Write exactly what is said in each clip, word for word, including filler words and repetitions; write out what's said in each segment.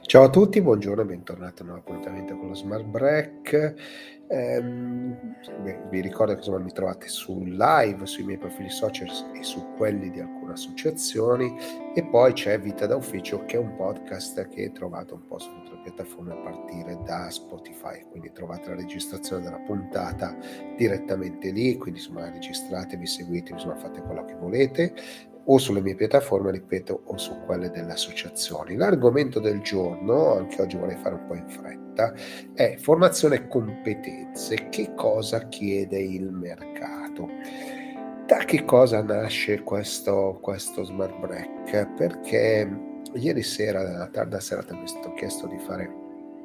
Ciao a tutti, buongiorno e bentornati a un nuovo appuntamento con lo Smart Break. Ehm, beh, vi ricordo che insomma mi trovate su live sui miei profili social e su quelli di alcune associazioni, e poi c'è Vita da Ufficio, che è un podcast che trovate un po' su tutte le piattaforme a partire da Spotify, quindi trovate la registrazione della puntata direttamente lì, quindi insomma registratevi, seguitemi, insomma fate quello che volete, o sulle mie piattaforme, ripeto, o su quelle delle associazioni. L'argomento del giorno, anche oggi vorrei fare un po' in fretta, è formazione e competenze. Che cosa chiede il mercato? Da che cosa nasce questo, questo Smart Break? Perché ieri sera, nella tarda serata, mi è stato chiesto di fare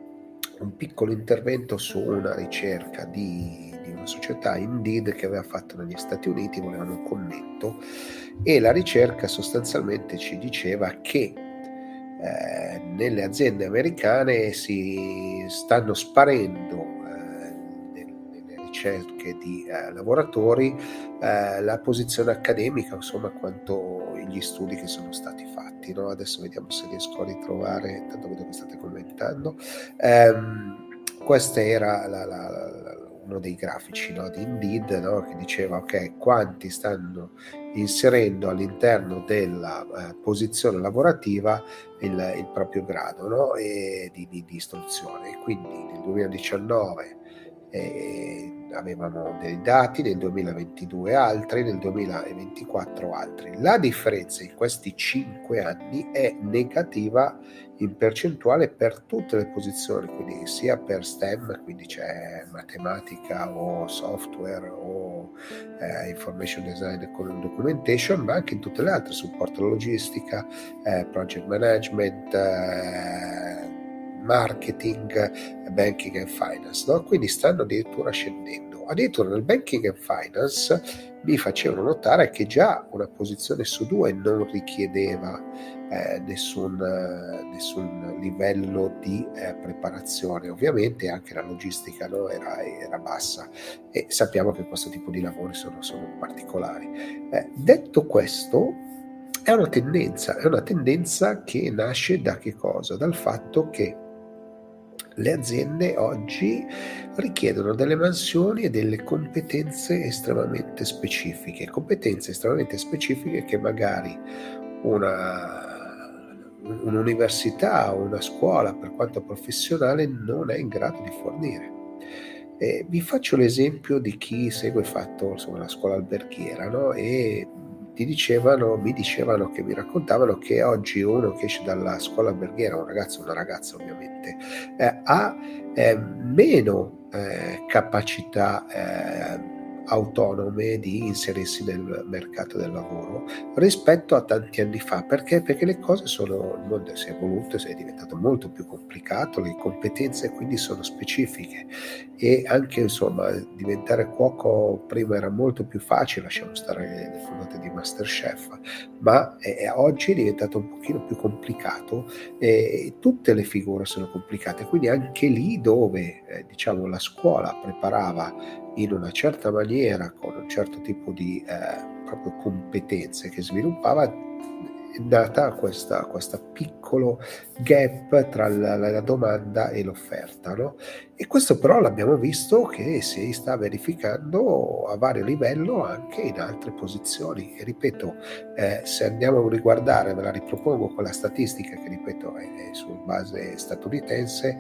un piccolo intervento su una ricerca di, di una società Indeed che aveva fatto negli Stati Uniti, volevano un commento, e la ricerca sostanzialmente ci diceva che eh, nelle aziende americane si stanno sparendo eh, nel- nelle ricerche di eh, lavoratori eh, la posizione accademica, insomma quanto gli studi che sono stati fatti, no? Adesso vediamo se riesco a ritrovare, tanto vedo che state commentando. Ehm, questa era la, la, la, uno dei grafici, no, di Indeed, no, che diceva ok, quanti stanno inserendo all'interno della eh, posizione lavorativa il, il proprio grado, no, e di, di, di istruzione. Quindi nel duemiladiciannove eh, avevano dei dati, nel duemilaventidue altri, nel duemilaventiquattro altri. La differenza in questi cinque anni è negativa in percentuale per tutte le posizioni, quindi sia per STEM, quindi c'è matematica o software o eh, information design e documentation, ma anche in tutte le altre, supporto logistica, eh, project management, eh, marketing, banking and finance, no? Quindi stanno addirittura scendendo. Addirittura nel banking and finance mi facevano notare che già una posizione su due non richiedeva eh, nessun, eh, nessun livello di eh, preparazione. Ovviamente anche la logistica, no, era, era bassa, e sappiamo che questo tipo di lavori sono, sono particolari. Eh, detto questo, è una tendenza, è una tendenza che nasce da che cosa? Dal fatto che le aziende oggi richiedono delle mansioni e delle competenze estremamente specifiche, competenze estremamente specifiche che magari una, un'università o una scuola, per quanto professionale, non è in grado di fornire. Eh, vi faccio l'esempio di chi segue fatto insomma, la scuola alberghiera, no? E ti dicevano, mi dicevano che mi raccontavano che oggi uno che esce dalla scuola alberghiera, un ragazzo o una ragazza ovviamente, eh, ha eh, meno eh, capacità eh, autonome di inserirsi nel mercato del lavoro rispetto a tanti anni fa. Perché? Perché le cose sono, il mondo si è evoluto, è diventato molto più complicato, le competenze quindi sono specifiche, e anche insomma diventare cuoco prima era molto più facile, lasciamo stare le puntate di MasterChef, ma eh, oggi è diventato un pochino più complicato, e tutte le figure sono complicate, quindi anche lì dove eh, diciamo la scuola preparava in una certa maniera, con un certo tipo di eh, proprio competenze che sviluppava, è nata questa, questa piccolo gap tra la, la domanda e l'offerta, no? E questo però l'abbiamo visto che si sta verificando a vario livello anche in altre posizioni. E ripeto, eh, se andiamo a riguardare, ve la ripropongo con la statistica che ripeto è, è su base statunitense,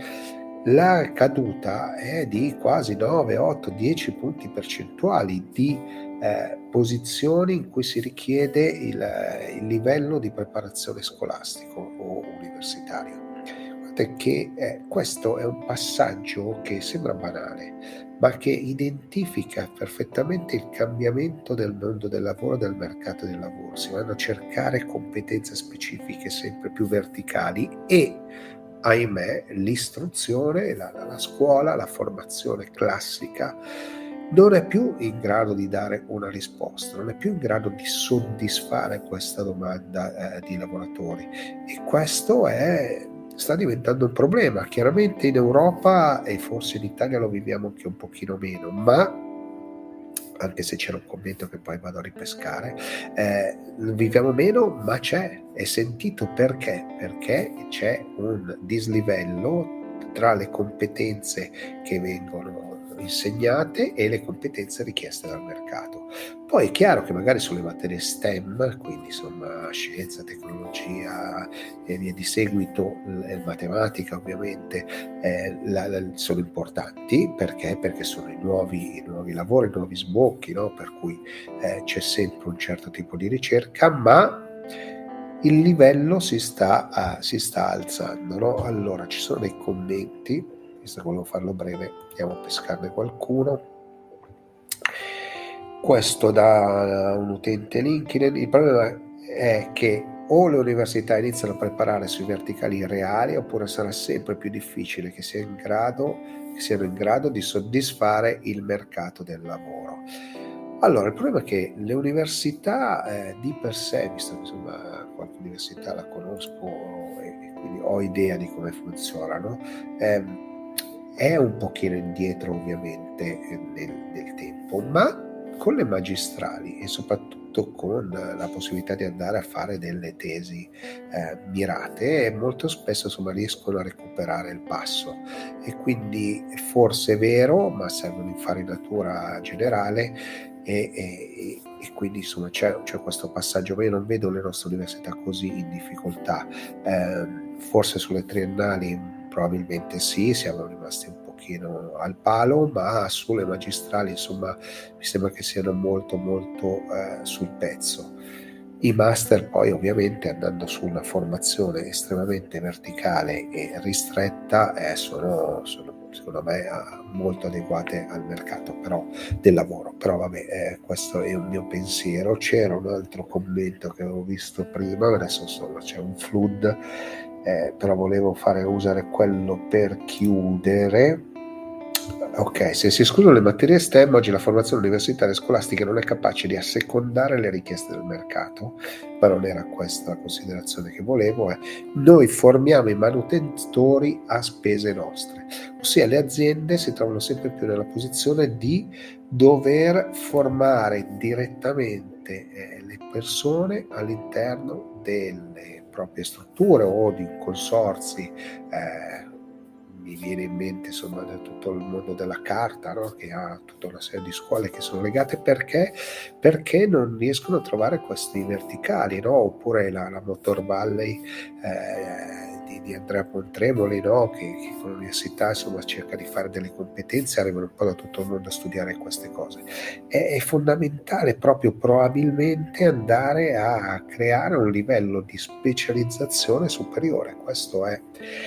la caduta è di quasi nove, otto, dieci punti percentuali di eh, posizioni in cui si richiede il, il livello di preparazione scolastico o universitario. Guardate che eh, questo è un passaggio che sembra banale, ma che identifica perfettamente il cambiamento del mondo del lavoro e del mercato del lavoro. Si vanno a cercare competenze specifiche sempre più verticali e, ahimè, l'istruzione, la, la, la scuola, la formazione classica non è più in grado di dare una risposta, non è più in grado di soddisfare questa domanda eh, di lavoratori, e questo è, sta diventando un problema. Chiaramente in Europa e forse in Italia lo viviamo anche un pochino meno, ma anche se c'era un commento che poi vado a ripescare, eh, viviamo meno, ma c'è, è sentito perché? Perché c'è un dislivello tra le competenze che vengono insegnate e le competenze richieste dal mercato. Poi è chiaro che magari sulle materie STEM, quindi insomma scienza, tecnologia e via di seguito, eh, matematica ovviamente, eh, la, la, sono importanti perché? Perché sono i nuovi, i nuovi lavori, i nuovi sbocchi, no? Per cui eh, c'è sempre un certo tipo di ricerca, ma il livello si sta, uh, si sta alzando, no? Allora ci sono dei commenti, visto che volevo farlo breve, andiamo a pescarne qualcuno. Questo da un utente LinkedIn: il problema è che o le università iniziano a preparare sui verticali reali, oppure sarà sempre più difficile che sia in grado, che siano in grado di soddisfare il mercato del lavoro. Allora, il problema è che le università eh, di per sé, visto che insomma qualche università la conosco e quindi ho idea di come funzionano, ehm, è un pochino indietro ovviamente nel, nel tempo, ma con le magistrali e soprattutto con la possibilità di andare a fare delle tesi eh, mirate, molto spesso insomma riescono a recuperare il passo, e quindi forse è vero, ma serve un'infarinatura generale e, e, e quindi insomma c'è, c'è questo passaggio, ma io non vedo le nostre università così in difficoltà. Eh, forse sulle triennali probabilmente sì, siamo rimasti un pochino al palo, ma sulle magistrali insomma mi sembra che siano molto molto eh, sul pezzo. I master poi ovviamente, andando su una formazione estremamente verticale e ristretta, eh, sono, sono secondo me molto adeguate al mercato però del lavoro. Però vabbè, eh, questo è un mio pensiero. C'era un altro commento che avevo visto prima, adesso insomma c'è un flood, eh, però volevo fare usare quello per chiudere. Ok, se si escludono le materie STEM, oggi la formazione universitaria e scolastica non è capace di assecondare le richieste del mercato, ma non era questa la considerazione che volevo. Eh. Noi formiamo i manutentori a spese nostre, ossia le aziende si trovano sempre più nella posizione di dover formare direttamente eh, le persone all'interno delle proprie strutture o di consorzi. Eh, mi viene in mente insomma tutto il mondo della carta, no? Che ha tutta una serie di scuole che sono legate, perché perché non riescono a trovare questi verticali, no? Oppure la, la Motor Valley eh, di, di Andrea Pontremoli, no? che, che con l'università insomma cerca di fare delle competenze, arrivano un po' da tutto il mondo a studiare queste cose. È, è fondamentale proprio probabilmente andare a creare un livello di specializzazione superiore. Questo è,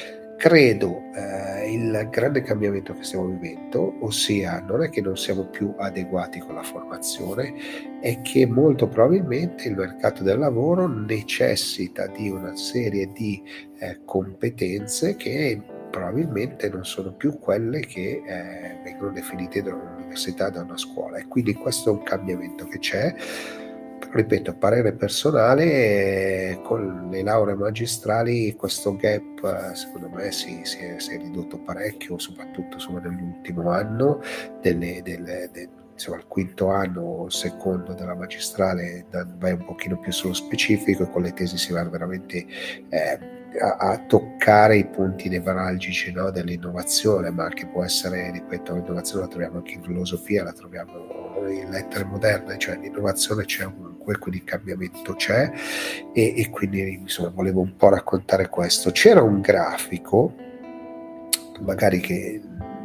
credo, eh, il grande cambiamento che stiamo vivendo, ossia non è che non siamo più adeguati con la formazione, è che molto probabilmente il mercato del lavoro necessita di una serie di eh, competenze che probabilmente non sono più quelle che eh, vengono definite da un'università, da una scuola, e quindi questo è un cambiamento che c'è. Ripeto, a parere personale, eh, con le lauree magistrali questo gap eh, secondo me si, si, è, si è ridotto parecchio, soprattutto insomma, nell'ultimo anno, delle, delle, de, insomma, il quinto anno o il secondo della magistrale vai un pochino più sullo specifico, e con le tesi si va veramente eh, a, a toccare i punti nevralgici, no, dell'innovazione, ma che può essere, ripeto, l'innovazione la troviamo anche in filosofia, la troviamo in lettere moderne, cioè l'innovazione c'è ovunque, quindi il cambiamento c'è, e, e quindi insomma volevo un po' raccontare questo. C'era un grafico, magari che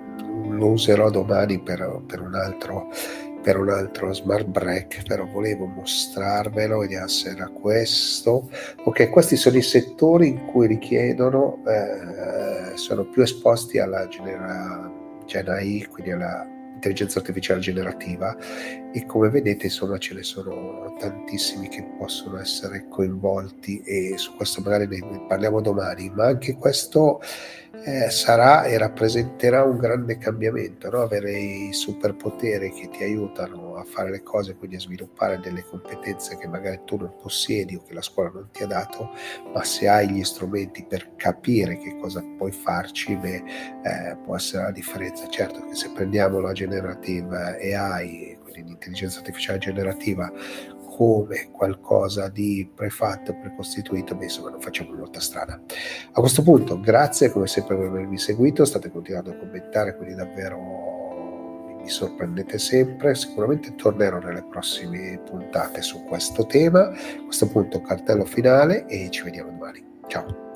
lo userò domani per, per un altro per un altro smart break, però volevo mostrarvelo, vediamo se era questo. Ok, questi sono i settori in cui richiedono eh, sono più esposti alla genera, Gen A I, quindi alla intelligenza artificiale generativa, e come vedete insomma ce ne sono tantissimi che possono essere coinvolti, e su questo magari ne parliamo domani. Ma anche questo eh, sarà e rappresenterà un grande cambiamento, no? Avere i superpoteri che ti aiutano a fare le cose, quindi a sviluppare delle competenze che magari tu non possiedi o che la scuola non ti ha dato, ma se hai gli strumenti per capire che cosa puoi farci, beh, eh, può essere la differenza. Certo che se prendiamo la generative A I, l'intelligenza artificiale generativa come qualcosa di prefatto, precostituito, beh, insomma non facciamo molta strada. A questo punto grazie come sempre per avermi seguito, state continuando a commentare, quindi davvero mi sorprendete sempre. Sicuramente tornerò nelle prossime puntate su questo tema. A questo punto cartello finale e ci vediamo domani. Ciao.